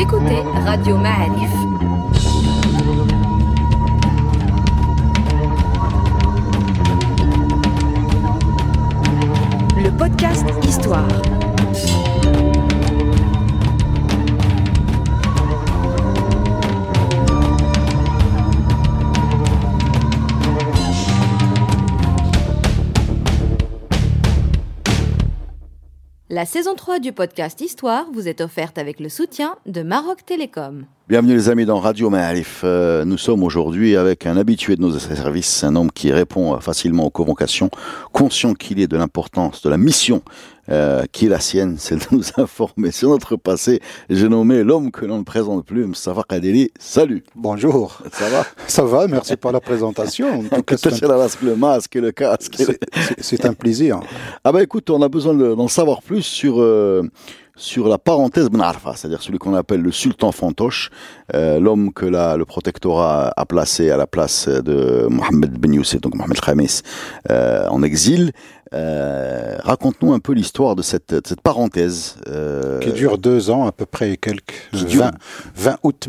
écoutez Radio Ma'arif. Le podcast Histoire. La saison 3 du podcast Histoire vous est offerte avec le soutien de Maroc Télécom. Bienvenue les amis dans Radio Ma'arif. Nous sommes aujourd'hui avec un habitué de nos services, un homme qui répond facilement aux convocations, conscient qu'il est de l'importance de la mission qui est la sienne, c'est de nous informer sur notre passé. J'ai nommé l'homme que l'on ne présente plus, Moustapha Kadeli. Salut. Bonjour. Ça va? Ça va, merci pour la présentation. Le masque et le casque. C'est un plaisir. Ah bah écoute, on a besoin d'en savoir plus sur la parenthèse Ben Arfa, c'est-à-dire celui qu'on appelle le sultan fantoche, l'homme que le protectorat a placé à la place de Mohamed Ben Youssef, donc Mohamed Khamis, en exil. Raconte-nous un peu l'histoire de cette parenthèse. Qui dure 2 ans à peu près et quelques. 20 août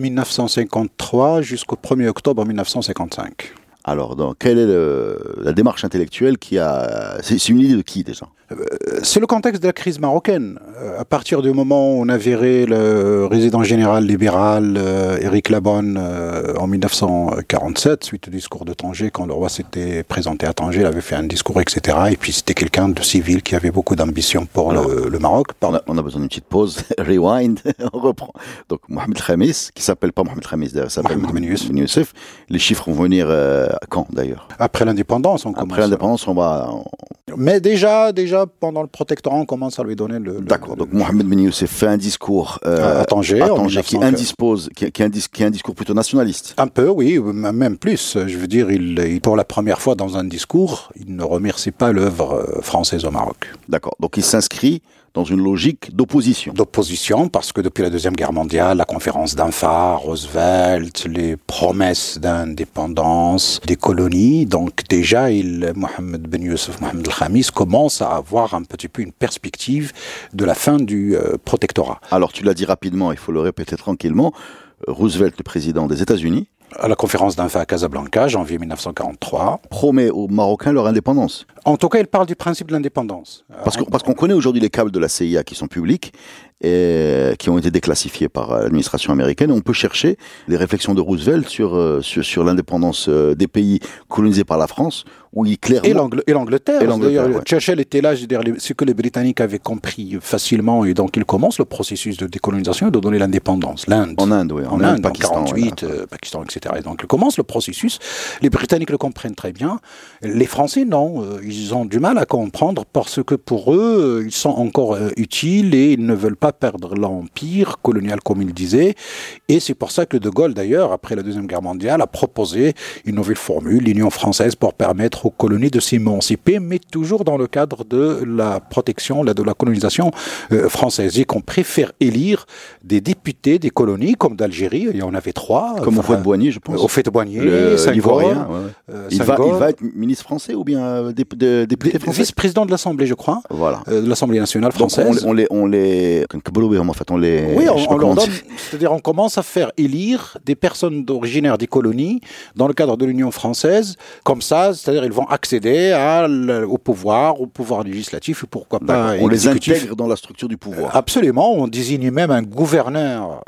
1953 jusqu'au 1er octobre 1955. Alors, quelle est la démarche intellectuelle c'est une idée de qui déjà? C'est le contexte de la crise marocaine. À partir du moment où on a viré le résident général libéral Éric Labonne en 1947, suite au discours de Tanger, quand le roi s'était présenté à Tanger, il avait fait un discours, etc. Et puis c'était quelqu'un de civil qui avait beaucoup d'ambition pour le Maroc. On a besoin d'une petite pause, rewind, on reprend. Donc Mohamed Khamis, qui s'appelle pas Mohamed Khamis d'ailleurs, il s'appelle Mohamed Ben Youssef. Les chiffres vont venir quand d'ailleurs? Après l'indépendance, on commence. Après l'indépendance, on va... Mais déjà, pendant le protectorat, on commence à lui donner le... D'accord, donc Mohamed Ben Youssef fait un discours à Tanger qui est un discours plutôt nationaliste. Un peu, oui, même plus. Je veux dire, il pour la première fois dans un discours, il ne remercie pas l'œuvre française au Maroc. D'accord, donc il s'inscrit dans une logique d'opposition. D'opposition, parce que depuis la Deuxième Guerre mondiale, la conférence d'Anfa, Roosevelt, les promesses d'indépendance des colonies, donc déjà, Mohamed Ben Youssef, Mohamed Khamis commence à avoir un petit peu une perspective de la fin du protectorat. Alors, tu l'as dit rapidement, il faut le répéter tranquillement, Roosevelt, le président des États-Unis, à la conférence d'Anfa à Casablanca, janvier 1943. Promet aux Marocains leur indépendance. En tout cas, il parle du principe de l'indépendance. Parce qu'on connaît aujourd'hui les câbles de la CIA qui sont publics et qui ont été déclassifiés par l'administration américaine. On peut chercher les réflexions de Roosevelt sur l'indépendance des pays colonisés par la France, où il clairement... Et l'Angleterre. D'ailleurs, ouais. Churchill était là, ce que les Britanniques avaient compris facilement, et donc il commence le processus de décolonisation et de donner l'indépendance. L'Inde. En Inde, oui. En Inde, Pakistan, en 48, voilà. Pakistan, etc. Et donc il commence le processus. Les Britanniques le comprennent très bien. Les Français, non. Ils ont du mal à comprendre parce que pour eux, ils sont encore utiles et ils ne veulent pas perdre l'empire colonial, comme il disait. Et c'est pour ça que De Gaulle, d'ailleurs, après la Deuxième Guerre mondiale, a proposé une nouvelle formule, l'Union française, pour permettre aux colonies de s'émanciper, mais toujours dans le cadre de la protection, de la colonisation française, y compris faire élire des députés des colonies, comme d'Algérie, il y en avait 3. Comme Houphouët-Boigny, je pense. Houphouët-Boigny, l'Ivoirien. Il va être ministre français ou bien député français? Vice-président de l'Assemblée, je crois. Voilà. De l'Assemblée nationale française. Donc on les oui, on leur donne, c'est-à-dire on commence à faire élire des personnes originaires des colonies dans le cadre de l'Union française, comme ça, c'est-à-dire ils vont accéder au pouvoir législatif, et pourquoi pas on exécutif. Les intègre dans la structure du pouvoir. Absolument, on désigne même un gouverneur,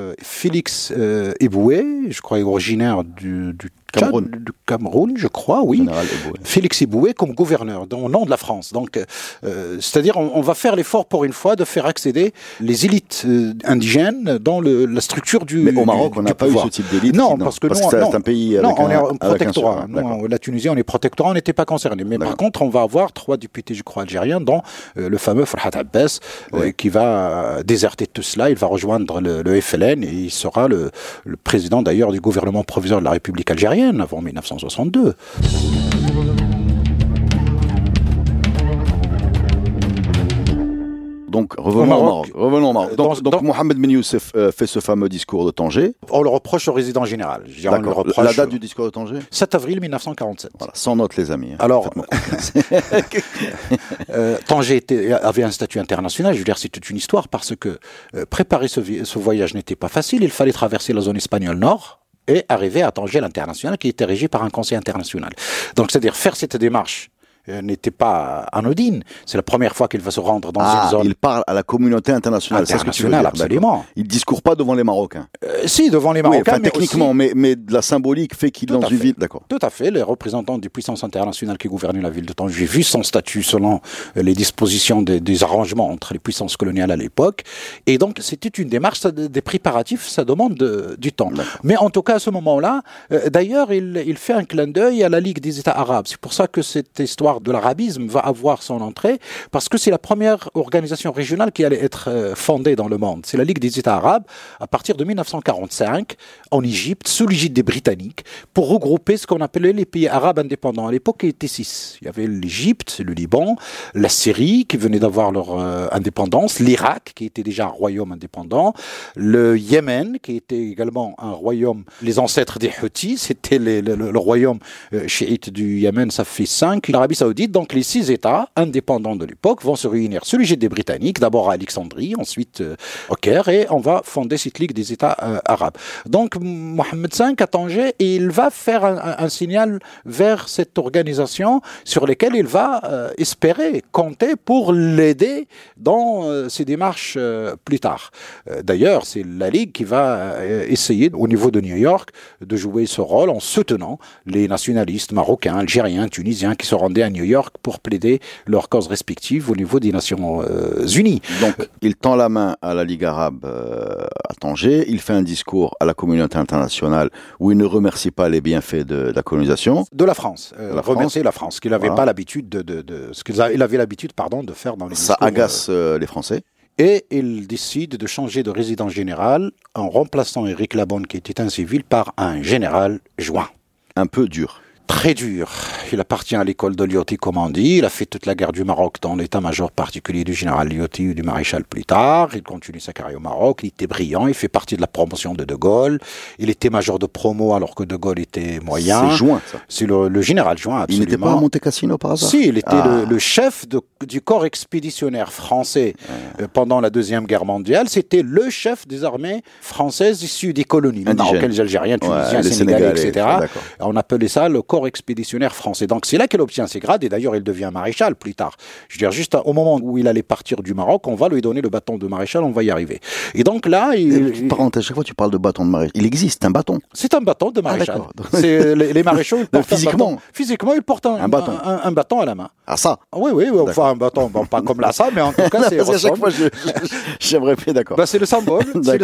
Félix Eboué, je crois originaire du Cameroun, je crois, oui. Félix Eboué comme gouverneur, au nom de la France. Donc, c'est-à-dire, on va faire l'effort pour une fois de faire accéder les élites indigènes dans la structure du pouvoir. Mais au Maroc, on n'a pas eu ce type d'élite. Non, parce que c'est un pays avec on est un protectorat. La Tunisie, on est protectorat, on n'était pas concerné. Mais par contre, on va avoir 3 députés, je crois, algériens, dont le fameux Farhat Abbas, qui va déserter tout cela. Il va rejoindre le FLN et il sera le président, d'ailleurs, du gouvernement provisoire de la République algérienne avant 1962. Donc, revenons au Maroc. Donc Mohamed Ben Youssef fait ce fameux discours de Tanger. On le reproche au résident général. La date du discours de Tanger ? 7 avril 1947. Voilà, sans note, les amis. Alors, Tanger avait un statut international. Je veux dire, c'était une histoire parce que préparer ce voyage n'était pas facile. Il fallait traverser la zone espagnole nord et arriver à Tanger, l'international, qui était régi par un conseil international. Donc, c'est-à-dire faire cette démarche n'était pas anodine. C'est la première fois qu'il va se rendre dans une zone... Il parle à la communauté internationale. C'est ce que tu veux dire, absolument. Il ne discourt pas devant les Marocains. Si, devant les Marocains, oui, techniquement, aussi... mais de la symbolique fait qu'il est dans une ville... D'accord. Tout à fait. Les représentants des puissances internationales qui gouvernaient la ville de Tanger, j'ai vu son statut selon les dispositions des arrangements entre les puissances coloniales à l'époque. Et donc, c'était une démarche, des préparatifs, ça demande du temps. Mais en tout cas, à ce moment-là, d'ailleurs, il fait un clin d'œil à la Ligue des États arabes. C'est pour ça que cette histoire de l'arabisme va avoir son entrée, parce que c'est la première organisation régionale qui allait être fondée dans le monde. C'est la Ligue des États arabes, à partir de 1945, en Égypte, sous l'égide des Britanniques, pour regrouper ce qu'on appelait les pays arabes indépendants. À l'époque, il était 6. Il y avait l'Égypte, le Liban, la Syrie, qui venait d'avoir leur indépendance, l'Irak, qui était déjà un royaume indépendant, le Yémen, qui était également un royaume, les ancêtres des Houthis, c'était le royaume chiite du Yémen, ça fait 5, l'Arabie Saoudite. Donc les 6 États indépendants de l'époque vont se réunir sous l'égide des Britanniques, d'abord à Alexandrie, ensuite au Caire, et on va fonder cette Ligue des États arabes. Donc Mohamed V à Tanger, il va faire un signal vers cette organisation sur laquelle il va espérer compter pour l'aider dans ses démarches plus tard. D'ailleurs, c'est la Ligue qui va essayer au niveau de New York de jouer ce rôle en soutenant les nationalistes marocains, algériens, tunisiens qui se rendaient à New York pour plaider leurs causes respectives au niveau des Nations Unies. Donc, il tend la main à la Ligue arabe à Tanger, il fait un discours à la communauté internationale où il ne remercie pas les bienfaits de la colonisation. De la France. Remercier la France, qu'il n'avait pas l'habitude il avait l'habitude, de faire dans les discours. Ça agace les Français. Et il décide de changer de résident général en remplaçant Éric Labonne, qui était un civil, par un général Juin. Un peu dur. Très dur. Il appartient à l'école de Lyoté, comme on dit. Il a fait toute la guerre du Maroc dans l'état-major particulier du général Lyoté ou du maréchal plus tard. Il continue sa carrière au Maroc. Il était brillant. Il fait partie de la promotion de Gaulle. Il était major de promo alors que De Gaulle était moyen. C'est Juin, ça. C'est le général Juin, absolument. Il n'était pas à Monte Cassino par hasard? Si, il était le chef du corps expéditionnaire français pendant la Deuxième Guerre mondiale. C'était le chef des armées françaises issues des colonies. Les Marocains, les Algériens, Tunisiens, Sénégalais, etc. On appelait ça le corps expéditionnaire français. Donc c'est là qu'il obtient ses grades et d'ailleurs il devient maréchal plus tard. Je veux dire, juste au moment où il allait partir du Maroc, on va lui donner le bâton de maréchal, on va y arriver. Et donc là... Parenthèse, chaque fois tu parles de bâton de maréchal, il existe un bâton? C'est un bâton de maréchal. C'est, les maréchaux, ils portent physiquement, ils portent un bâton à la main. Ah ça? Oui, enfin un bâton, bon, pas comme là ça, mais en tout cas c'est... Parce qu'à chaque fois j'aimerais bien, d'accord. Bah, c'est le symbole,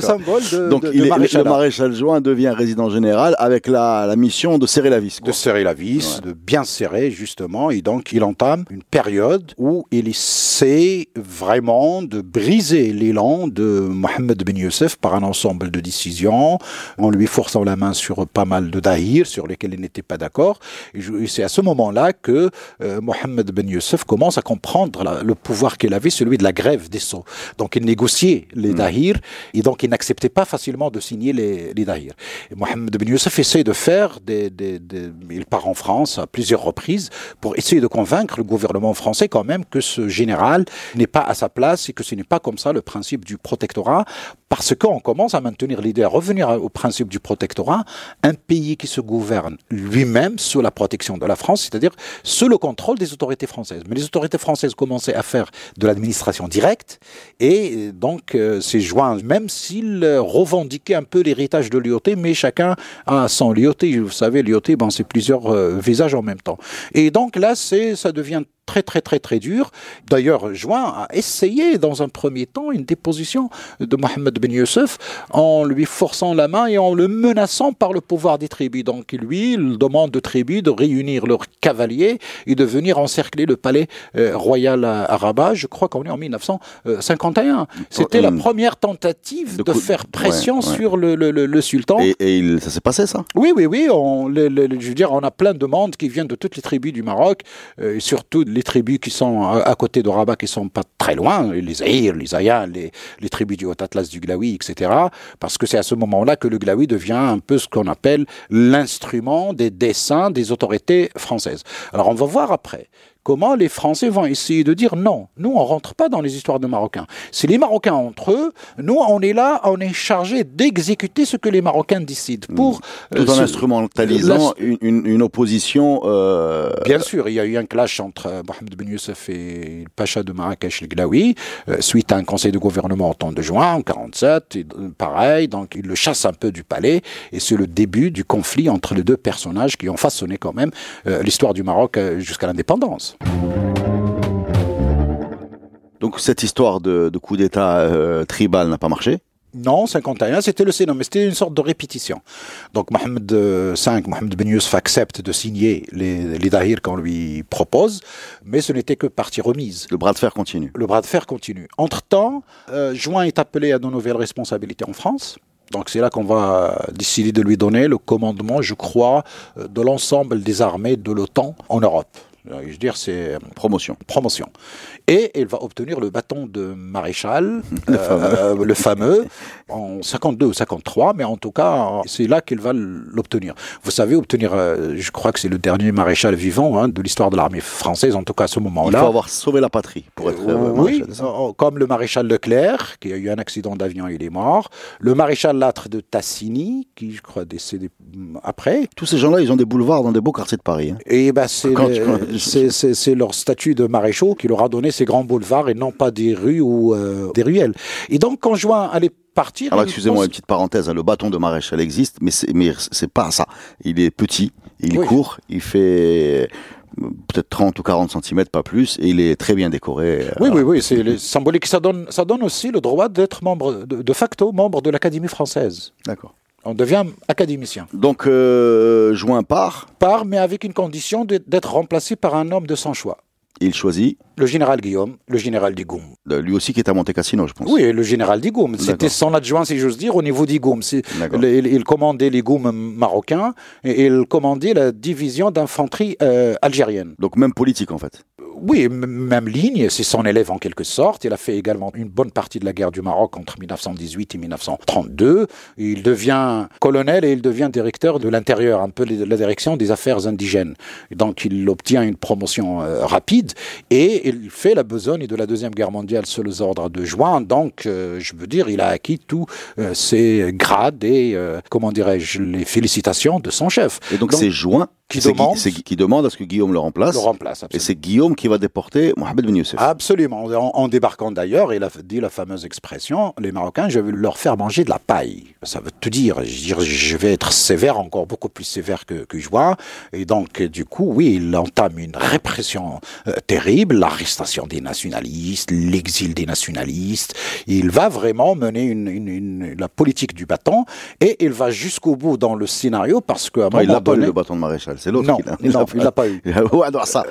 de donc le maréchal Juin devient résident général avec la mission de serrer la vis. De serrer la vis, de bien serrer justement, et donc il entame une période où il essaie vraiment de briser l'élan de Mohamed Ben Youssef par un ensemble de décisions, en lui forçant la main sur pas mal de dahir sur lesquels il n'était pas d'accord. Et c'est à ce moment-là que Mohamed Ben Youssef commence à comprendre le pouvoir qu'il avait, celui de la grève des sceaux. Donc il négociait les dahirs et donc il n'acceptait pas facilement de signer les dahirs. Et Mohamed Ben Youssef essaie de faire il part en France à plusieurs reprises pour essayer de convaincre le gouvernement français quand même que ce général n'est pas à sa place et que ce n'est pas comme ça le principe du protectorat, parce qu'on commence à maintenir l'idée, à revenir au principe du protectorat, un pays qui se gouverne lui-même sous la protection de la France, c'est-à-dire sous le contrôle des autorités françaises. Mais les autorités françaises commençaient à faire de l'administration directe et donc c'est Juin, même s'il revendiquait un peu l'héritage de Lyoté, mais chacun a son Lyoté. Vous savez, Lyoté, c'est plusieurs visages en même temps. Et donc là, ça devient très dur. D'ailleurs, Juin a essayé dans un premier temps une déposition de Mohamed Ben Youssef en lui forçant la main et en le menaçant par le pouvoir des tribus. Donc lui, il demande aux tribus de réunir leurs cavaliers et de venir encercler le palais royal à Rabat. Je crois qu'on est en 1951. C'était la première tentative de faire pression sur le sultan. Et ça s'est passé, ça? Oui. Je veux dire, on a plein de monde qui viennent de toutes les tribus du Maroc, surtout les tribus qui sont à côté de Rabat, qui sont pas très loin, les Zahir, les Ayans, les tribus du Haut-Atlas du Glaoui, etc. Parce que c'est à ce moment-là que le Glaoui devient un peu ce qu'on appelle l'instrument des desseins des autorités françaises. Alors on va voir après comment les Français vont essayer de dire non, nous on rentre pas dans les histoires de Marocains. C'est les Marocains entre eux, nous on est là, on est chargé d'exécuter ce que les Marocains décident. Tout en instrumentalisant une opposition... Bien sûr, il y a eu un clash entre Mohamed Ben Youssef et le Pacha de Marrakech, le Glaoui, suite à un conseil de gouvernement au temps de juin, en 47, et pareil, donc il le chasse un peu du palais, et c'est le début du conflit entre les deux personnages qui ont façonné quand même l'histoire du Maroc jusqu'à l'indépendance. Donc cette histoire de coup d'État tribal n'a pas marché? Non, 51, c'était le Sénat, mais c'était une sorte de répétition. Donc Mohamed Ben Youssef accepte de signer les Dahir qu'on lui propose, mais ce n'était que partie remise. Le bras de fer continue. Le bras de fer continue. Entre-temps, Juin est appelé à de nouvelles responsabilités en France. Donc c'est là qu'on va décider de lui donner le commandement, je crois, de l'ensemble des armées de l'OTAN en Europe. Je veux dire, c'est promotion. Et il va obtenir le bâton de maréchal, le fameux, en 52 ou 53, mais en tout cas, c'est là qu'il va l'obtenir. Vous savez, obtenir, je crois que c'est le dernier maréchal vivant de l'histoire de l'armée française, en tout cas à ce moment-là. Il faut avoir sauvé la patrie pour être oui, comme le maréchal Leclerc, qui a eu un accident d'avion, il est mort. Le maréchal Lattre de Tassigny, qui je crois décédé après. Tous ces gens-là, ils ont des boulevards dans des beaux quartiers de Paris. Et ben c'est leur statut de maréchaux qui leur a donné ces grands boulevards et non pas des rues ou des ruelles. Et donc, quand Juin allait partir... Alors, excusez-moi, une petite parenthèse, le bâton de maréchal existe, mais c'est pas ça. Il est petit, il court, il fait... peut-être 30 ou 40 cm, pas plus, et il est très bien décoré. Oui, c'est symbolique. Ça donne aussi le droit d'être membre, de facto, membre de l'Académie française. D'accord. On devient académicien. Donc, Juin part, mais avec une condition d'être remplacé par un homme de son choix. Il choisit le général Guillaume, le général Digoum. Lui aussi qui est à Monte Cassino, je pense. Oui, le général Digoum. C'était son adjoint, si j'ose dire, au niveau d'Igoum. Il commandait les Goum marocains et il commandait la division d'infanterie algérienne. Donc même politique, en fait. Oui, même ligne, c'est son élève en quelque sorte. Il a fait également une bonne partie de la guerre du Maroc entre 1918 et 1932. Il devient colonel et il devient directeur de l'intérieur, un peu la direction des affaires indigènes. Donc il obtient une promotion rapide et il fait la besogne de la Deuxième Guerre mondiale sous les ordres de Juin. Donc, je veux dire, il a acquis tous ses grades et, comment dirais-je, les félicitations de son chef. Et donc c'est Juin qui demande à ce que Guillaume le remplace. Et c'est Guillaume qui va déporter Mohamed Ben Youssef. Absolument. En débarquant d'ailleurs, il a dit la fameuse expression, les Marocains, je vais leur faire manger de la paille. Ça veut tout dire. Je vais être sévère, encore beaucoup plus sévère que Juin. Et donc, du coup, oui, il entame une répression terrible, l'arrestation des nationalistes, l'exil des nationalistes. Il va vraiment mener la politique du bâton et il va jusqu'au bout dans le scénario parce qu'à un moment donné... Il n'a pas eu le bâton de maréchal. C'est l'autre il l'a pas eu. Ça.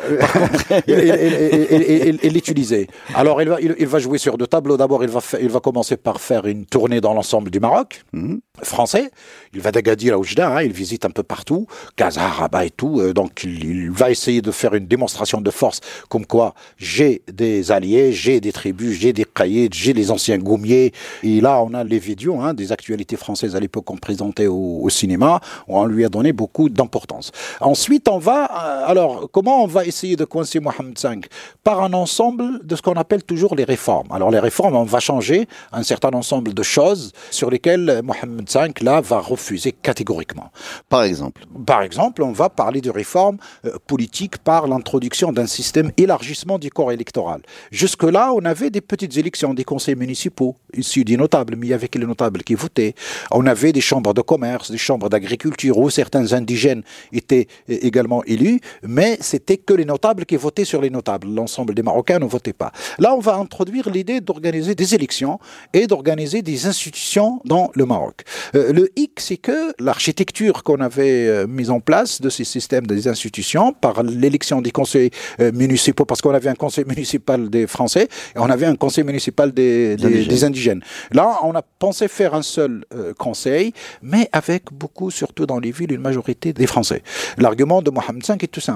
il l'utilisait. Alors, il va jouer sur deux tableaux. D'abord, il va commencer par faire une tournée dans l'ensemble du Maroc, français. Il va d'Agadir à Oujda, il visite un peu partout, Gaza, Rabat et tout. Donc, il va essayer de faire une démonstration de force, comme quoi j'ai des alliés, j'ai des tribus, j'ai des caïds, j'ai les anciens goumiers. Et là, on a les vidéos des actualités françaises à l'époque qu'on présentait au cinéma, où on lui a donné beaucoup d'importance. Ensuite, comment on va essayer de coincer Mohamed V? Par un ensemble de ce qu'on appelle toujours les réformes. Alors, les réformes, on va changer un certain ensemble de choses sur lesquelles Mohamed V, là, va refuser catégoriquement. Par exemple, on va parler de réformes politiques par l'introduction d'un système élargissement du corps électoral. Jusque-là, on avait des petites élections, des conseils municipaux issus des notables, mais il y avait que les notables qui votaient. On avait des chambres de commerce, des chambres d'agriculture où certains indigènes étaient également élus, mais c'était que les notables qui votaient sur les notables. L'ensemble des Marocains ne votaient pas. Là, on va introduire l'idée d'organiser des élections et d'organiser des institutions dans le Maroc. Le hic, c'est que l'architecture qu'on avait mise en place de ces systèmes des institutions par l'élection des conseils municipaux, parce qu'on avait un conseil municipal des Français et on avait un conseil municipal des indigènes. Là, on a pensé faire un seul conseil, mais avec beaucoup, surtout dans les villes, une majorité des Français. L'argument de Mohamed V est tout simple.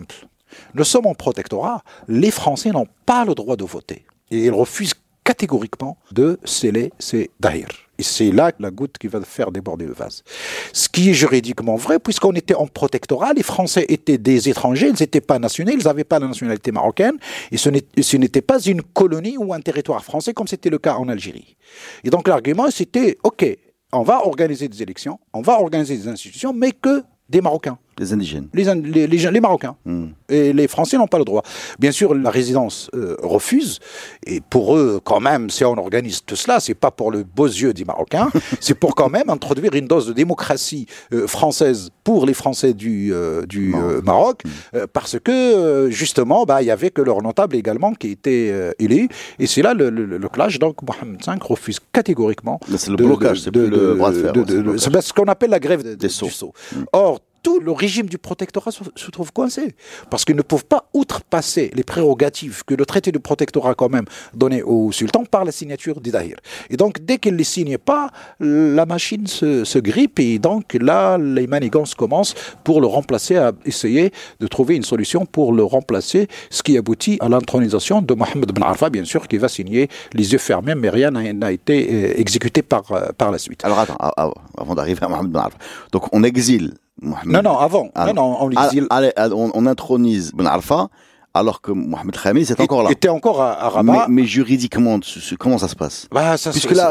nous sommes en protectorat, les Français n'ont pas le droit de voter. Et ils refusent catégoriquement de sceller ces dahirs. Et c'est là la goutte qui va faire déborder le vase. Ce qui est juridiquement vrai, puisqu'on était en protectorat, les Français étaient des étrangers, ils n'étaient pas nationaux, ils n'avaient pas la nationalité marocaine, et ce n'était pas une colonie ou un territoire français comme c'était le cas en Algérie. Et donc l'argument c'était, ok, on va organiser des élections, on va organiser des institutions, mais que des Marocains. Les indigènes. Les Marocains. Et les Français n'ont pas le droit. Bien sûr, la résidence refuse. Et pour eux, quand même, si on organise tout cela, c'est pas pour le beaux yeux des Marocains, c'est pour quand même introduire une dose de démocratie française pour les Français du Maroc, parce que, justement, il y avait que leur notable également qui était élu. Et c'est là le clash. Donc, Mohamed V refuse catégoriquement. C'est le blocage, c'est plus le bras de fer. C'est ce qu'on appelle la grève du sceau. Or, tout le régime du protectorat se trouve coincé. Parce qu'ils ne peuvent pas outrepasser les prérogatives que le traité de protectorat quand même donnait au sultan par la signature des dahirs. Et donc, dès qu'ils ne les signent pas, la machine se grippe et donc là, les manigances commencent pour le remplacer, à essayer de trouver une solution pour le remplacer, ce qui aboutit à l'intronisation de Mohamed Ben Arfa, bien sûr, qui va signer les yeux fermés, mais rien n'a été exécuté par la suite. Alors attends, avant d'arriver à Mohamed Ben Arfa, donc on exile Mohamed. Non, avant. On l'exile. On intronise Ben Arfa, alors que Mohamed Khamis est encore là. Il était encore à Rabat. Mais juridiquement, comment ça se passe? Puisque là,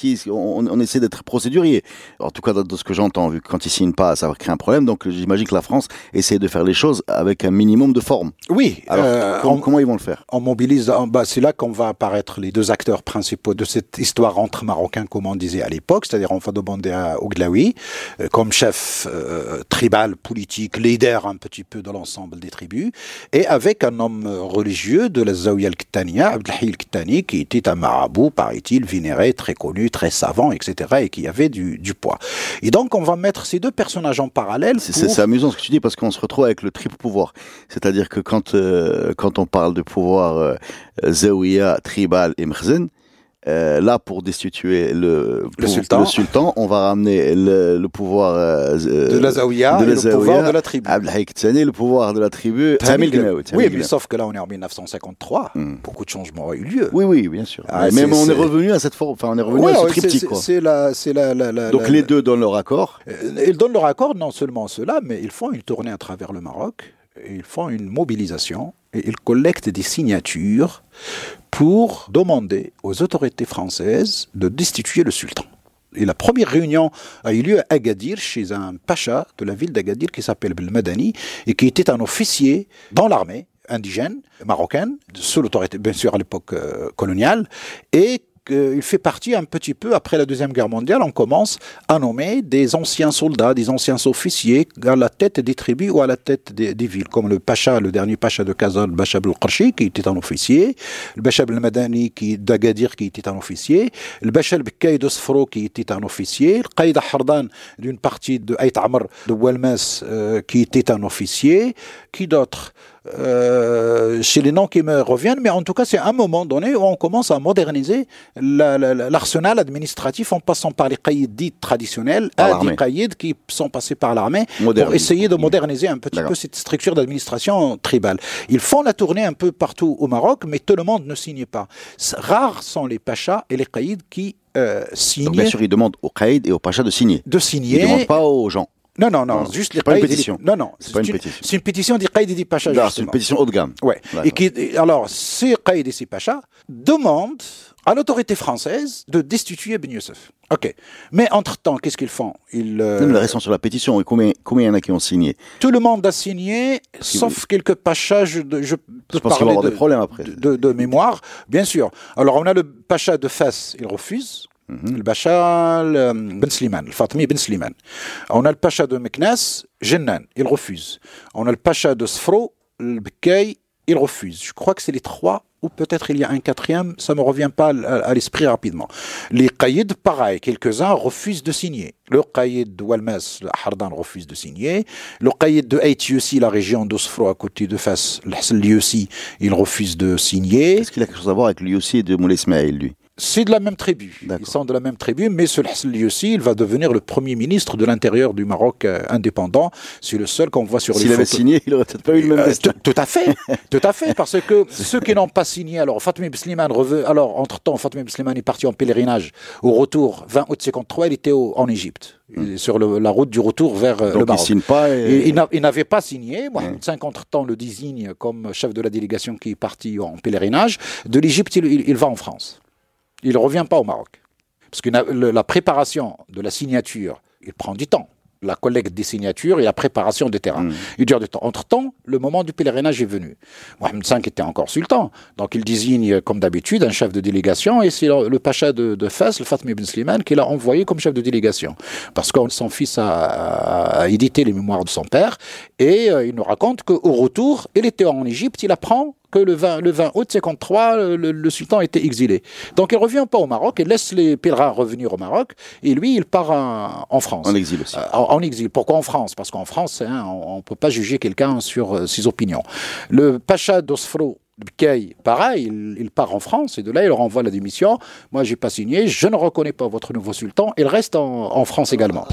on essaie d'être procédurier. En tout cas, de ce que j'entends, vu que quand ils signent pas, ça va créer un problème. Donc, j'imagine que la France essaie de faire les choses avec un minimum de forme. Oui. Alors, comment ils vont le faire? On mobilise. C'est là qu'on va apparaître les deux acteurs principaux de cette histoire entre Marocains, comme on disait à l'époque. C'est-à-dire, on va demander à Ouglaoui, comme chef tribal, politique, leader un petit peu de l'ensemble des tribus, et avec un homme religieux de la Zaouia al-Qittaniya, Abdelhaï al-Qittani, qui était un marabout, paraît-il, vénéré, très connu, très savant, etc., et qui avait du poids. Et donc, on va mettre ces deux personnages en parallèle. C'est amusant ce que tu dis, parce qu'on se retrouve avec le triple pouvoir. C'est-à-dire que quand on parle de pouvoir Zaouia, tribal et Mkhzen, là, pour destituer le sultan, on va ramener le pouvoir de la Zaouia et le pouvoir de la tribu. Abdelhaï Qittani, le pouvoir de la tribu. Oui, mais sauf que là, on est en 1953. Beaucoup de changements ont eu lieu. Oui, bien sûr. Mais on est revenu à cette forme, on est revenu à ce triptyque. Donc les deux donnent leur accord. Ils donnent leur accord, non seulement cela, mais ils font une tournée à travers le Maroc. Ils font une mobilisation et ils collectent des signatures pour demander aux autorités françaises de destituer le sultan. Et la première réunion a eu lieu à Agadir, chez un pacha de la ville d'Agadir qui s'appelle Belmadani et qui était un officier dans l'armée indigène marocaine, sous l'autorité, bien sûr, à l'époque coloniale, et il fait partie un petit peu, après la Deuxième Guerre mondiale, on commence à nommer des anciens soldats, des anciens officiers à la tête des tribus ou à la tête des villes, comme le pacha, le dernier pacha de Kazan, le Bachab al-Qarshi, qui était un officier, le Bachab al-Madani d'Agadir, qui était un officier, le Bachab al-Bekkaï de Sfro, qui était un officier, le Qaïd Hardan, d'une partie de Aït Amr, de Walmas, qui était un officier, qui d'autre? Chez les noms qui me reviennent, mais en tout cas, c'est un moment donné où on commence à moderniser l'arsenal administratif en passant par les caïds dits traditionnels à des caïds qui sont passés par l'armée pour essayer de moderniser un petit peu cette structure d'administration tribale. Ils font la tournée un peu partout au Maroc, mais tout le monde ne signe pas. Rares sont les pachas et les caïds qui signent. Donc, bien sûr, ils demandent aux caïds et aux pachas de signer. Ils ne demandent pas aux gens. Non, juste les pas une pétition. Non, c'est une pétition des caïds et des pachas. C'est une pétition haut de gamme. Ouais. Alors, ces caïds et ces pachas demandent à l'autorité française de destituer Ben Youssef. Ok. Mais entre-temps, qu'est-ce qu'ils font? Même la récent sur la pétition, et combien il y en a qui ont signé? Tout le monde a signé, sauf quelques pachas. Je pense qu'il va y avoir des problèmes après. De mémoire, bien sûr. Alors, on a le pacha de Fès, il refuse. Le Pacha Ben Slimane, le Fatimi Ben Slimane. On a le Pacha de Meknes, Jennan, il refuse. On a le Pacha de Sfro, le Bekkaï, il refuse. Je crois que c'est les trois, ou peut-être il y a un quatrième, ça ne me revient pas à l'esprit rapidement. Les Qaïds, pareil, quelques-uns refusent de signer. Le Qaïd de Walmas, le Hardan, refuse de signer. Le Qaïd de Aït Yussi, la région d'Osfro, à côté de Fès, le Yussi, il refuse de signer. Est-ce qu'il a quelque chose à voir avec le Yussi de Moulay Ismaïl, lui? C'est de la même tribu. D'accord. Ils sont de la même tribu, mais ce Hassan Liussi, il va devenir le premier ministre de l'intérieur du Maroc indépendant. C'est le seul qu'on voit sur les photos. S'il avait signé, il aurait peut-être pas eu le même destin. Tout à fait, parce que ceux qui n'ont pas signé, alors Fatmi Beslimane alors entre-temps, Fatmi Beslimane est parti en pèlerinage. Au retour, 20 août 53, il était en Égypte, sur la route du retour vers le Maroc. Donc il signe pas et... Il n'avait pas signé. Mohamed V, entre-temps, le désigne comme chef de la délégation qui est parti en pèlerinage. De l'Égypte, il va en France. Il ne revient pas au Maroc. Parce que la préparation de la signature, il prend du temps. La collecte des signatures et la préparation des terrains. Il dure du temps. Entre-temps, le moment du pèlerinage est venu. Mohamed V était encore sultan. Donc il désigne, comme d'habitude, un chef de délégation. Et c'est le pacha de Fès, le Fatmi ibn Slimane, qui l'a envoyé comme chef de délégation. Parce que son fils a édité les mémoires de son père. Et il nous raconte qu'au retour, il était en Égypte, il apprend que le 20 août 53, le sultan était exilé. Donc il ne revient pas au Maroc, il laisse les pèlerins revenir au Maroc, et lui, il part en France. En exil aussi. En exil. Pourquoi en France? Parce qu'en France, on ne peut pas juger quelqu'un sur ses opinions. Le pacha d'Osfro, pareil, il part en France, et de là, il leur envoie la démission. Moi, je n'ai pas signé, je ne reconnais pas votre nouveau sultan, il reste en France également.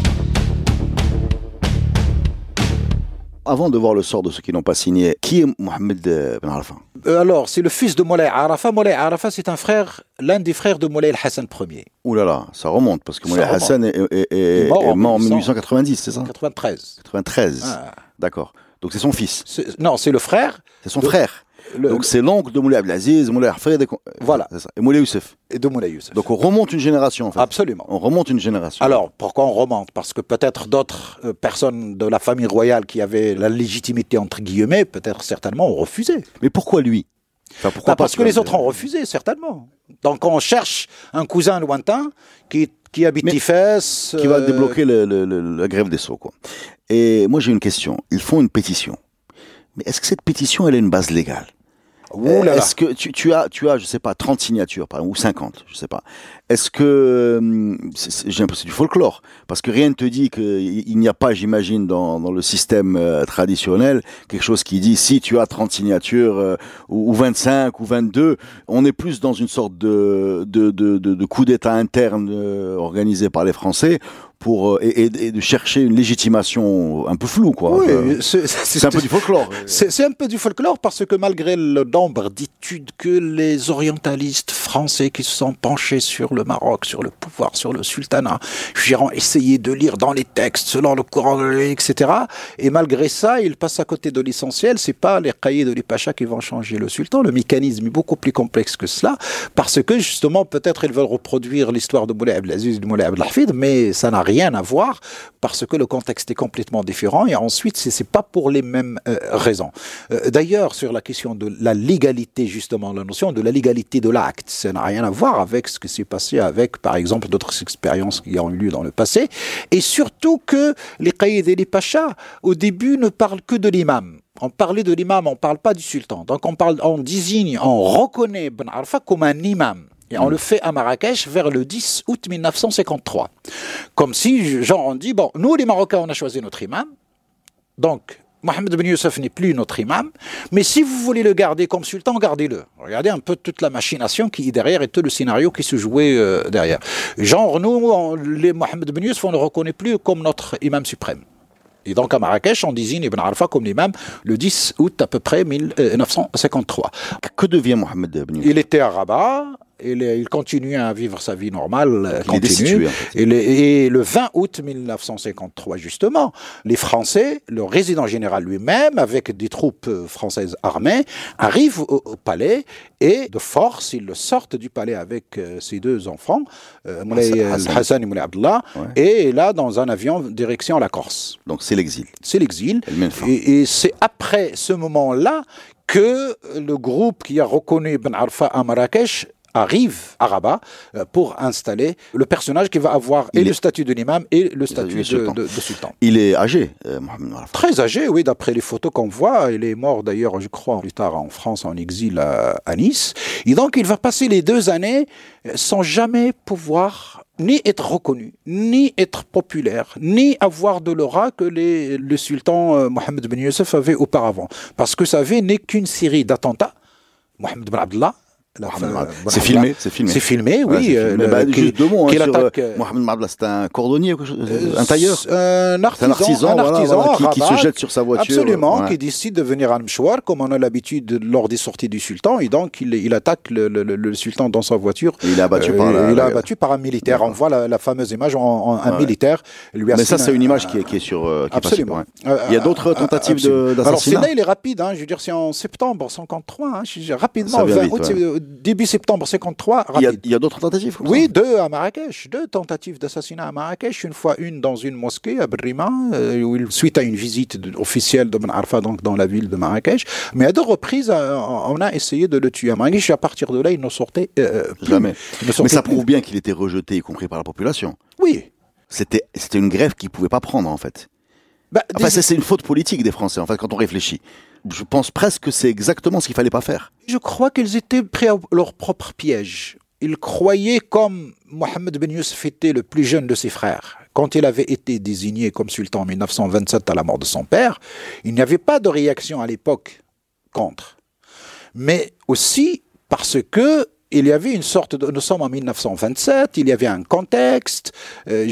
Avant de voir le sort de ceux qui n'ont pas signé, qui est Mohamed Ben Arfa? Alors, c'est le fils de Moulay Arafa. Moulay Arafa, c'est l'un des frères de Moulay Hassan Ier. Ouh là là, ça remonte, parce que Moulay Hassan est mort en 1890, c'est ça? 93. Ah. D'accord. Donc c'est son fils? Non, c'est le frère. C'est son frère. Donc c'est l'oncle de Moulay Abdelaziz, Moulay Hafid. Voilà. C'est ça. Et Moulay Youssef. Et de Moulay Youssef. Donc on remonte une génération en fait. Absolument. On remonte une génération. Alors pourquoi on remonte? Parce que peut-être d'autres personnes de la famille royale qui avaient la légitimité entre guillemets, peut-être certainement ont refusé. Mais pourquoi lui? Enfin, pourquoi parce que les autres ont refusé, certainement. Donc on cherche un cousin lointain qui habite Tifès. Qui va débloquer la grève des Sceaux, quoi. Et moi j'ai une question. Ils font une pétition. Mais est-ce que cette pétition, elle a une base légale? Est-ce que tu as, je sais pas, 30 signatures, par exemple, ou 50, je sais pas. Est-ce que, j'ai l'impression que c'est du folklore, parce que rien ne te dit qu'il n'y a pas, j'imagine, dans le système traditionnel, quelque chose qui dit, si tu as 30 signatures, ou 25, ou 22, on est plus dans une sorte de coup d'État interne organisé par les Français, et de chercher une légitimation un peu floue, quoi. Oui, c'est un peu du folklore. C'est un peu du folklore parce que malgré le nombre d'études que les orientalistes français qui se sont penchés sur le Maroc, sur le pouvoir, sur le sultanat, ont essayé de lire dans les textes selon le Coran, etc. Et malgré ça, ils passent à côté de l'essentiel. C'est pas les cahiers de les pachas qui vont changer le sultan. Le mécanisme est beaucoup plus complexe que cela parce que justement, peut-être ils veulent reproduire l'histoire de Moulay Abdelaziz, de Moulay Abdelhafid, mais ça n'a rien à voir parce que le contexte est complètement différent et ensuite c'est pas pour les mêmes raisons. D'ailleurs, sur la question de la légalité, justement, la notion de la légalité de l'acte, ça n'a rien à voir avec ce qui s'est passé avec, par exemple, d'autres expériences qui ont eu lieu dans le passé, et surtout que les qaïd et les pachas, au début, ne parlent que de l'imam. On parlait de l'imam, on ne parle pas du sultan. Donc on désigne, on reconnaît Ben Arfa comme un imam. Et on le fait à Marrakech vers le 10 août 1953. Comme si, genre, on dit, bon, nous les Marocains, on a choisi notre imam, donc Mohamed Ben Youssef n'est plus notre imam, mais si vous voulez le garder comme sultan, gardez-le. Regardez un peu toute la machination qui est derrière et tout le scénario qui se jouait derrière. Genre, nous, les Mohamed Ben Youssef, on ne le reconnaît plus comme notre imam suprême. Et donc à Marrakech, on désigne Ibn Arfa comme l'imam le 10 août à peu près 1953. Que devient Mohamed Ben Youssef? Il était à Rabat. Il continue à vivre sa vie normale. Il est destitué, en fait. Et le 20 août 1953, justement, les Français, le résident général lui-même, avec des troupes françaises armées, arrivent au palais et de force, ils le sortent du palais avec ses deux enfants, Moulay Hassan et Moulay Abdallah, et là, dans un avion, direction la Corse. Donc c'est l'exil. C'est l'exil. Et c'est après ce moment-là que le groupe qui a reconnu Ibn Arfa à Marrakech arrive à Rabat pour installer le personnage qui va avoir le statut de l'imam et le statut de sultan. Il est âgé, Mohamed Arfa. Très âgé, oui, d'après les photos qu'on voit. Il est mort d'ailleurs, je crois, plus tard en France, en exil à Nice. Et donc, il va passer les 2 années sans jamais pouvoir ni être reconnu, ni être populaire, ni avoir de l'aura que le sultan Mohamed Ben Youssef avait auparavant. Parce que ça n'est qu'une série d'attentats. Mohamed Ben Abdallah, C'est filmé, C'est filmé, oui. Juste 2 mots sur Mohamed Mabla, c'est un cordonnier, un tailleur, un artisan qui se jette sur sa voiture. Absolument, qui décide de venir à Mchouar, comme on a l'habitude lors des sorties du sultan, et donc il attaque le sultan dans sa voiture. Et il est abattu par un militaire. On voit la fameuse image, un militaire lui assine. Mais ça, c'est une image qui est sur. Absolument. Il y a d'autres tentatives d'assassinat. Alors celle-là, il est rapide. Je veux dire, c'est en septembre 53. Rapidement, 20 août, début septembre 53. Il y a d'autres tentatives. Oui, 2 à Marrakech. 2 tentatives d'assassinat à Marrakech. Une dans une mosquée à Brima, suite à une visite officielle d'Ibn Arfa, donc dans la ville de Marrakech. Mais à 2 reprises, on a essayé de le tuer à Marrakech. À partir de là, il ne sortait jamais. Mais ça prouve bien qu'il était rejeté, y compris par la population. Oui. C'était une grève qu'il ne pouvait pas prendre, en fait. C'est une faute politique des Français, en fait, quand on réfléchit. Je pense presque que c'est exactement ce qu'il ne fallait pas faire. Je crois qu'ils étaient pris à leur propre piège. Ils croyaient, comme Mohamed Ben Youssef était le plus jeune de ses frères, quand il avait été désigné comme sultan en 1927 à la mort de son père, il n'y avait pas de réaction à l'époque contre. Mais aussi parce que il y avait une sorte de... Nous sommes en 1927, il y avait un contexte. Le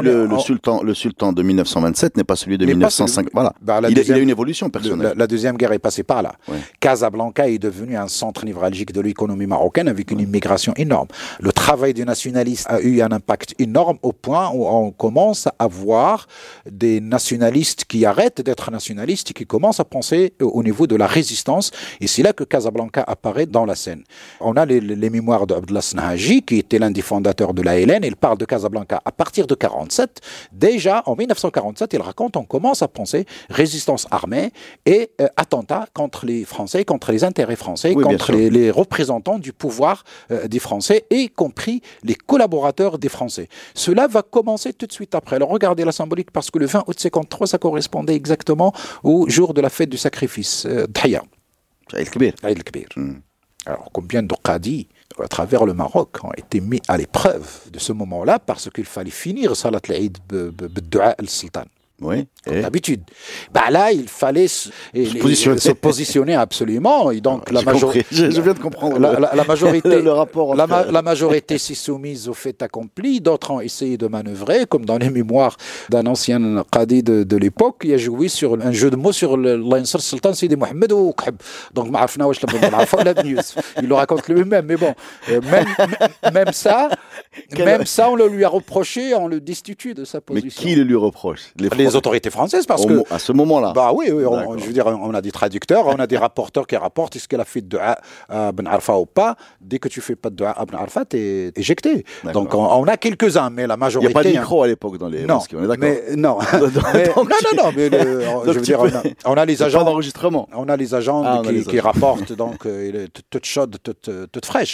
sultan de 1927 n'est pas celui de 1905. Voilà. Il y a une évolution personnelle. La Deuxième Guerre est passée par là. Ouais. Casablanca est devenu un centre névralgique de l'économie marocaine avec une immigration énorme. Le travail des nationalistes a eu un impact énorme au point où on commence à voir des nationalistes qui arrêtent d'être nationalistes et qui commencent à penser au niveau de la résistance. Et c'est là que Casablanca apparaît dans la scène. On a les mémoires d'Abdallah Snahaji, qui était l'un des fondateurs de l'ALN. Il parle de Casablanca à partir de 1947. Déjà, en 1947, il raconte, on commence à penser résistance armée et attentat contre les Français, contre les intérêts français, contre les représentants du pouvoir des Français, y compris les collaborateurs des Français. Cela va commencer tout de suite après. Alors regardez la symbolique, parce que le 20 août 1953, ça correspondait exactement au jour de la fête du sacrifice, Dhaya. Aïd el-Kbir. Aïd el-Kbir. Alors combien de qadis à travers le Maroc ont été mis à l'épreuve de ce moment-là parce qu'il fallait finir Salat al-Eid b'dua al-Sultan. Oui. Comme d'habitude. Là, il fallait se positionner absolument. Et donc, je viens de comprendre la majorité, le rapport. La majorité s'est soumise au fait accompli. D'autres ont essayé de manœuvrer, comme dans les mémoires d'un ancien qadi de l'époque. Il a joué sur un jeu de mots sur l'Ansar Sultan Sidi Mohamed ou Khab. Donc, il le raconte lui-même. Mais bon, même ça, on le lui a reproché, on le destitue de sa position. Mais qui le lui reproche? Les autorités françaises, parce que... À ce moment-là. Oui, je veux dire, on a des traducteurs, on a des rapporteurs qui rapportent est-ce qu'elle a fait de dua à Ben Arfa ou pas. Dès que tu fais pas de dua à Ben Arfa, t'es éjecté. D'accord. Donc, on a quelques-uns, mais la majorité... Il n'y a pas de micro à l'époque dans les mosquées, on est d'accord? Non. Mais je veux dire, on a les agents... Pas d'enregistrement. On a les agents qui rapportent, donc, toute chaude, toute fraîche.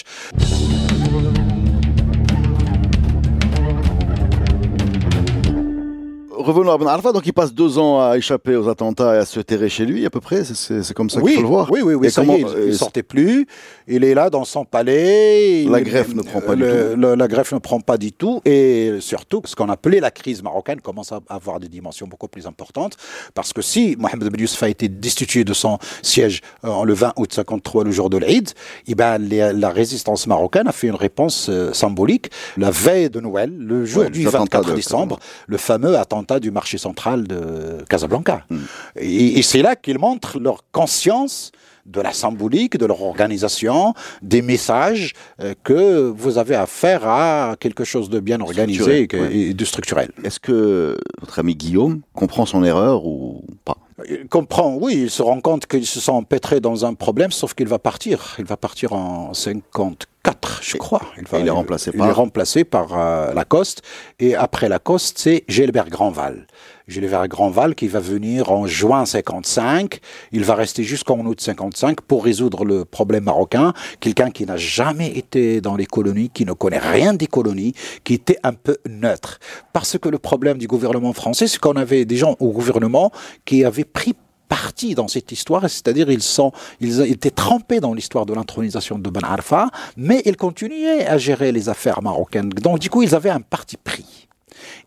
Revenons à Ben Arfa, donc il passe 2 ans à échapper aux attentats et à se terrer chez lui, à peu près, c'est comme ça qu'il faut le voir. Oui, et ça y est, il ne sortait plus, il est là dans son palais. La greffe ne prend pas du tout. La greffe ne prend pas du tout, et surtout, ce qu'on appelait la crise marocaine commence à avoir des dimensions beaucoup plus importantes, parce que si Mohamed Ben Youssef a été destitué de son siège le 20 août 1953, le jour de l'Eid, la résistance marocaine a fait une réponse symbolique. La veille de Noël, le jour du 24 décembre, le fameux attentat du marché central de Casablanca. Et c'est là qu'ils montrent leur conscience de la symbolique, de leur organisation, des messages que vous avez affaire à quelque chose de bien organisé et de structurel. Est-ce que votre ami Guillaume comprend son erreur ou pas? Il comprend, oui, il se rend compte qu'il se sent empêtré dans un problème, sauf qu'il va partir. Il va partir en 54, je crois. Il est remplacé par Lacoste. Et après Lacoste, c'est Gilbert Grandval. Gilbert Grandval qui va venir en juin 55. Il va rester jusqu'en août 55 pour résoudre le problème marocain. Quelqu'un qui n'a jamais été dans les colonies, qui ne connaît rien des colonies, qui était un peu neutre. Parce que le problème du gouvernement français, c'est qu'on avait des gens au gouvernement qui avaient pris partie dans cette histoire, c'est-à-dire ils étaient trempés dans l'histoire de l'intronisation de Ben Arfa, mais ils continuaient à gérer les affaires marocaines. Donc du coup, ils avaient un parti pris.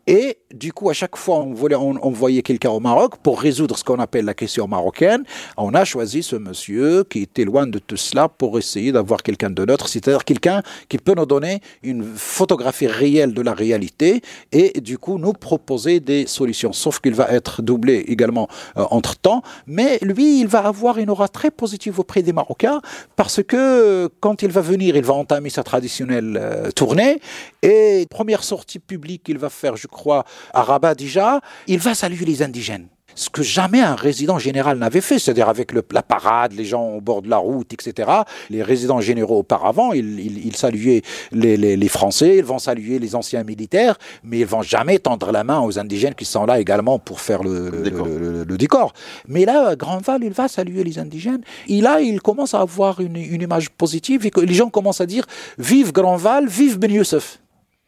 Et du coup, à chaque fois, on voulait envoyer quelqu'un au Maroc pour résoudre ce qu'on appelle la question marocaine. On a choisi ce monsieur qui était loin de tout cela pour essayer d'avoir quelqu'un de neutre, c'est-à-dire quelqu'un qui peut nous donner une photographie réelle de la réalité et du coup nous proposer des solutions. Sauf qu'il va être doublé également entre-temps, mais lui, il va avoir une aura très positive auprès des Marocains parce que quand il va venir, il va entamer sa traditionnelle tournée et première sortie publique qu'il va faire, je crois, à Rabat déjà, il va saluer les indigènes. Ce que jamais un résident général n'avait fait, c'est-à-dire avec la parade, les gens au bord de la route, etc. Les résidents généraux auparavant, ils saluaient les Français, ils vont saluer les anciens militaires, mais ils vont jamais tendre la main aux indigènes qui sont là également pour faire le décor. Mais là, Grandval, il va saluer les indigènes. Et là, il commence à avoir une image positive et que les gens commencent à dire « Vive Grandval, vive Ben Youssef ».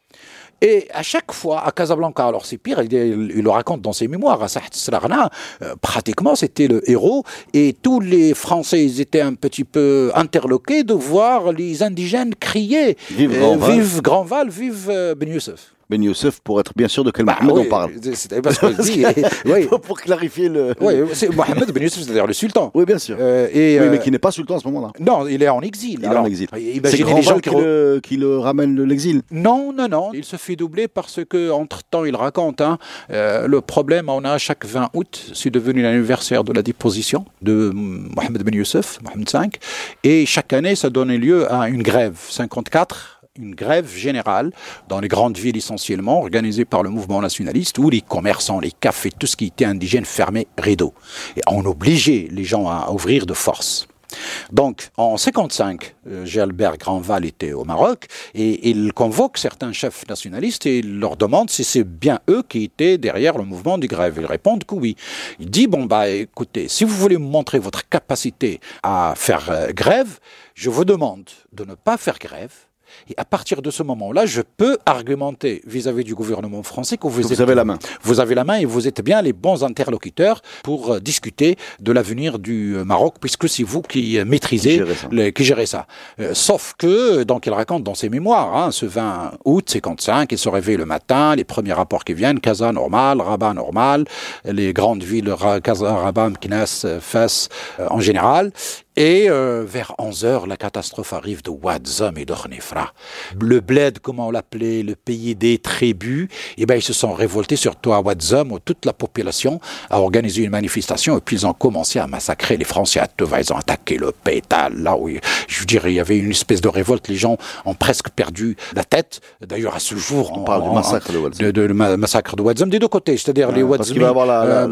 Et à chaque fois, à Casablanca, alors c'est pire, il le raconte dans ses mémoires, à Saht Srarna, pratiquement c'était le héros, et tous les Français ils étaient un petit peu interloqués de voir les indigènes crier « Vive Grandval, vive Ben Youssef ». Ben Youssef, pour être bien sûr de quel Mohamed on parle. C'est parce qu'on dit, pour clarifier le... Oui, c'est Mohamed Ben Youssef, c'est-à-dire le sultan. Oui, bien sûr. Mais qui n'est pas sultan à ce moment-là. Non, il est en exil. Il est en exil. C'est Grandval qui le ramène de l'exil. Non. Il se fait doubler parce que, entre-temps, il raconte, le problème, on a chaque 20 août, c'est devenu l'anniversaire de la déposition de Mohamed Ben Youssef, Mohamed V, et chaque année, ça donnait lieu à une grève, 54, une grève générale dans les grandes villes essentiellement, organisée par le mouvement nationaliste, où les commerçants, les cafés, tout ce qui était indigène fermait rideau. Et on obligeait les gens à ouvrir de force. Donc, en 55, Gilbert Grandval était au Maroc et il convoque certains chefs nationalistes et il leur demande si c'est bien eux qui étaient derrière le mouvement de grève. Ils répondent que oui. Il dit, écoutez, si vous voulez me montrer votre capacité à faire grève, je vous demande de ne pas faire grève. Et à partir de ce moment-là, je peux argumenter vis-à-vis du gouvernement français que vous avez la main. Vous avez la main et vous êtes bien les bons interlocuteurs pour discuter de l'avenir du Maroc, puisque c'est vous qui maîtrisez, qui gérez ça. Sauf que, donc il raconte dans ses mémoires, ce 20 août 55, il se réveille le matin, les premiers rapports qui viennent, Casa normal, Rabat normal, les grandes villes, Casa, Rabat, Meknès, Fès en général. Et vers 11h, la catastrophe arrive de Ouazzam et d'Ornefra. Le bled, comment on l'appelait, le pays des tribus, ils se sont révoltés, surtout à Ouazzam, où toute la population a organisé une manifestation et puis ils ont commencé à massacrer les Français à Teva. Ils ont attaqué le Pétal, là où, je dirais, il y avait une espèce de révolte. Les gens ont presque perdu la tête. D'ailleurs, à ce jour, on parle du massacre de Ouazzam. Massacre de Ouazzam des deux côtés, c'est-à-dire les Ouazzam. Parce qu'il va y avoir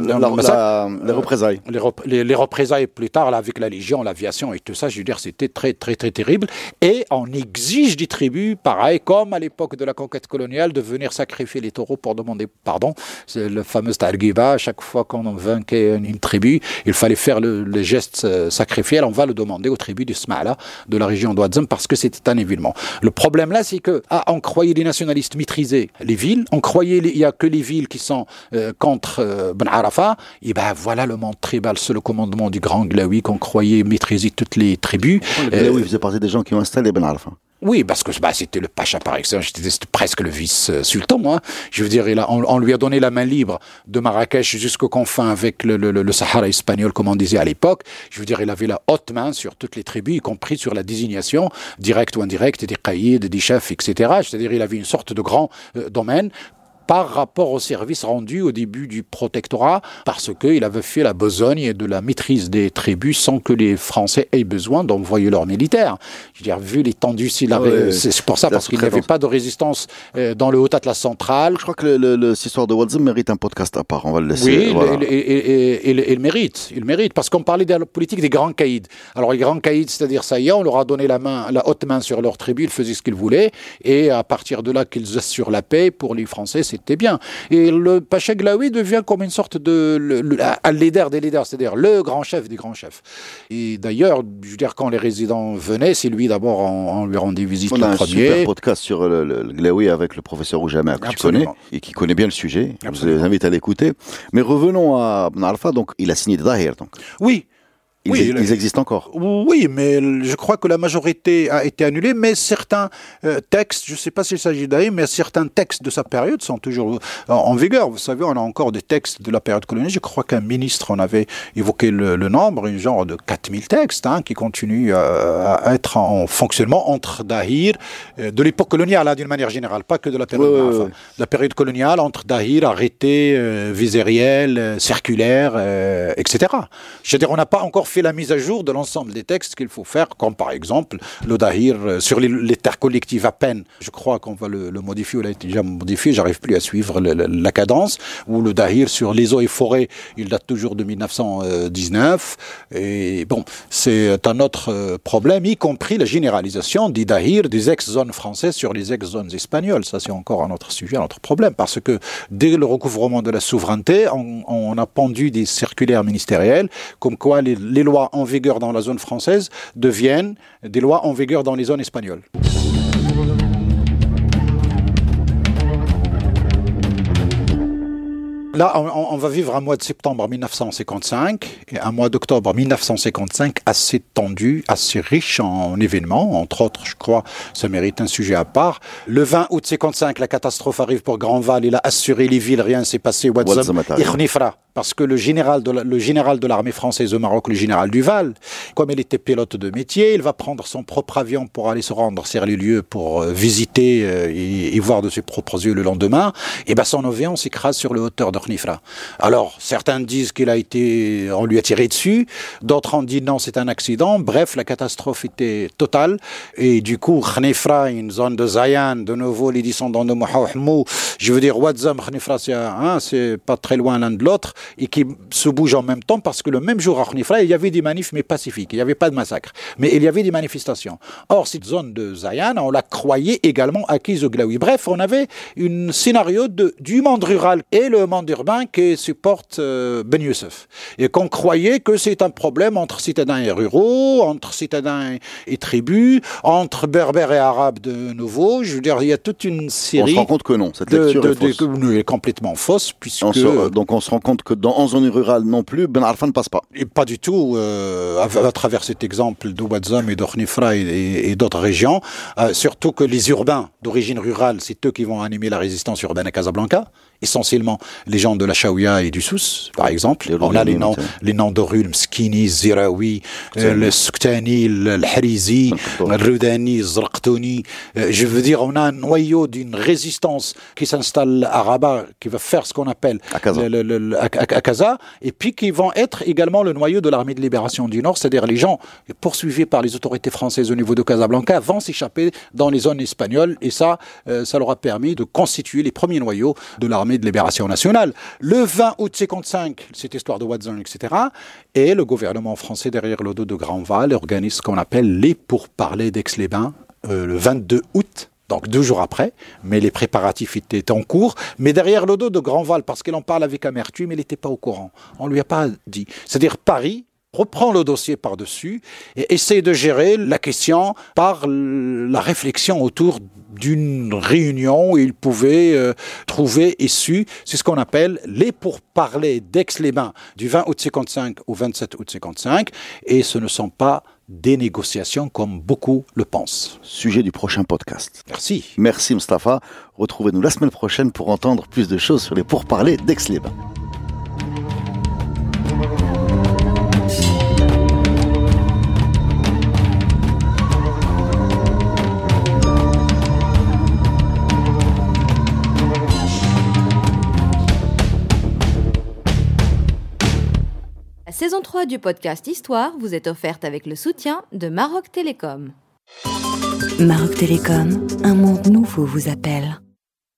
les représailles. Les représailles plus tard, là, avec la Légion, l'aviation et tout ça, je veux dire, c'était très, très, très terrible. Et on exige des tribus, pareil, comme à l'époque de la conquête coloniale, de venir sacrifier les taureaux pour demander pardon. C'est le fameux Targiba. À chaque fois qu'on vainquait une tribu, il fallait faire le geste sacrificiel. On va le demander aux tribus du Smala, de la région d'Ouazzam, parce que c'était un événement. Le problème là, c'est que on croyait les nationalistes maîtriser les villes. On croyait il n'y a que les villes qui sont contre Ben Arafat. Et voilà le monde tribal, c'est le commandement du grand Glaoui qu'on croyait maîtriser toutes les tribus. Le Glaoui faisait partie des gens qui ont installé Ben Arafat. Oui, parce que c'était le pacha par excellence, c'était presque le vice-sultan. Je veux dire, on lui a donné la main libre de Marrakech jusqu'aux confins avec le Sahara espagnol, comme on disait à l'époque. Je veux dire, il avait la haute main sur toutes les tribus, y compris sur la désignation, directe ou indirecte, des caïds, des chefs, etc. C'est-à-dire, il avait une sorte de grand domaine par rapport au service rendu au début du protectorat, parce qu'il avait fait la besogne de la maîtrise des tribus sans que les Français aient besoin d'envoyer leurs militaires. Je veux dire, vu l'étendue, c'est pour ça, parce qu'il n'y avait pas de résistance dans le Haut-Atlas central. Je crois que cette histoire de Ouazzam mérite un podcast à part, on va le laisser. Oui, il mérite, parce qu'on parlait de la politique des grands caïds. Alors les grands caïds, c'est-à-dire ça y est, on leur a donné la haute main sur leur tribu, ils faisaient ce qu'ils voulaient, et à partir de là qu'ils assurent la paix, pour les Français, c'était bien. Et le Pacha Glaoui devient comme une sorte de leader des leaders, c'est-à-dire le grand chef des grands chefs. Et d'ailleurs, je veux dire, quand les résidents venaient, c'est lui d'abord, on lui rendait visite le premier. On a un super podcast sur le Glaoui avec le professeur Oujama, que tu connais, et qui connaît bien le sujet. Absolument. Je vous invite à l'écouter. Mais revenons à Ben Arfa, donc il a signé des Dahir. Donc. Oui. Ils existent encore. Oui, mais je crois que la majorité a été annulée, mais certains textes, je ne sais pas s'il s'agit d'Aïm, mais certains textes de sa période sont toujours en vigueur. Vous savez, on a encore des textes de la période coloniale. Je crois qu'un ministre en avait évoqué le nombre, un genre de 4000 textes qui continuent à être en fonctionnement entre Dahir, de l'époque coloniale, d'une manière générale, pas que de la période, de la période coloniale, entre Dahir, arrêté, vésériel, circulaire, etc. C'est-à-dire, on n'a pas encore fait la mise à jour de l'ensemble des textes qu'il faut faire, comme par exemple le Dahir sur les terres collectives à peine. Je crois qu'on va le modifier, ou il a été déjà modifié, j'arrive plus à suivre la cadence, ou le Dahir sur les eaux et forêts, il date toujours de 1919, et bon, c'est un autre problème, y compris la généralisation des Dahir des ex-zones françaises sur les ex-zones espagnoles. Ça, c'est encore un autre sujet, un autre problème, parce que dès le recouvrement de la souveraineté, on a pendu des circulaires ministérielles, comme quoi les lois en vigueur dans la zone française deviennent des lois en vigueur dans les zones espagnoles. Là, on va vivre un mois de septembre 1955 et un mois d'octobre 1955 assez tendu, assez riche en événements. Entre autres, je crois, ça mérite un sujet à part. Le 20 août 1955, la catastrophe arrive pour Grandval. Il a assuré les villes, rien ne s'est passé. Ouazzam et Khnifra. Parce que le général de l'armée française au Maroc, le général Duval, comme il était pilote de métier, il va prendre son propre avion pour aller se rendre sur les lieux pour visiter et voir de ses propres yeux le lendemain. Et ben son avion s'écrase sur le hauteur de Khnifra. Alors, certains disent on lui a tiré dessus, d'autres en disent non, c'est un accident. Bref, la catastrophe était totale. Et du coup, Khnifra, une zone de Zayan, de nouveau, les descendants de Mouhahmou, je veux dire, Ouazzam, Khnifra, c'est pas très loin l'un de l'autre, et qui se bougent en même temps, parce que le même jour à Khnifra, il y avait des manifs, mais pacifiques. Il n'y avait pas de massacre. Mais il y avait des manifestations. Or, cette zone de Zayan, on la croyait également acquise au Glaoui. Bref, on avait un scénario du monde rural et le monde urbain qui supporte Ben Youssef. Et qu'on croyait que c'est un problème entre citadins et ruraux, entre citadins et tribus, entre berbères et arabes de nouveau. Je veux dire, il y a toute une série... On se rend compte que non, cette lecture est fausse. Est complètement fausse, puisque... Donc on se rend compte que en zone rurale non plus, Ben Arfa ne passe pas. Et pas du tout, à travers cet exemple de Ouazzam et de Khnifra et d'autres régions, surtout que les urbains d'origine rurale, c'est eux qui vont animer la résistance urbaine à Casablanca, essentiellement les gens de la Chaouia et du Souss, par exemple. On a les noms de rues, le Mskini, Ziraoui, le Souktani, le Harizi, le Rudani, le Zraqtouni. Je veux dire, on a un noyau d'une résistance qui s'installe à Rabat, qui va faire ce qu'on appelle à Casa, et puis qui vont être également le noyau de l'armée de libération du Nord, c'est-à-dire les gens poursuivis par les autorités françaises au niveau de Casablanca vont s'échapper dans les zones espagnoles, et ça leur a permis de constituer les premiers noyaux de l'armée de libération nationale. Le 20 août 1955, cette histoire de Ouazzam, etc., et le gouvernement français, derrière le dos de Grandval, organise ce qu'on appelle les pourparlers d'Aix-les-Bains, le 22 août, donc 2 jours après, mais les préparatifs étaient en cours, mais derrière le dos de Grandval, parce qu'il en parle avec amertume, il n'était pas au courant. On ne lui a pas dit. C'est-à-dire Paris reprend le dossier par-dessus et essaie de gérer la question par la réflexion autour d'une réunion où il pouvait trouver issue. C'est ce qu'on appelle les pourparlers d'Aix-les-Bains du 20 août 1955 au 27 août 1955, et ce ne sont pas des négociations comme beaucoup le pensent. Sujet du prochain podcast. Merci. Merci Mustapha. Retrouvez-nous la semaine prochaine pour entendre plus de choses sur les pourparlers d'Aix-les-Bains. La saison 3 du podcast Histoire vous est offerte avec le soutien de Maroc Télécom. Maroc Télécom, un monde nouveau vous appelle.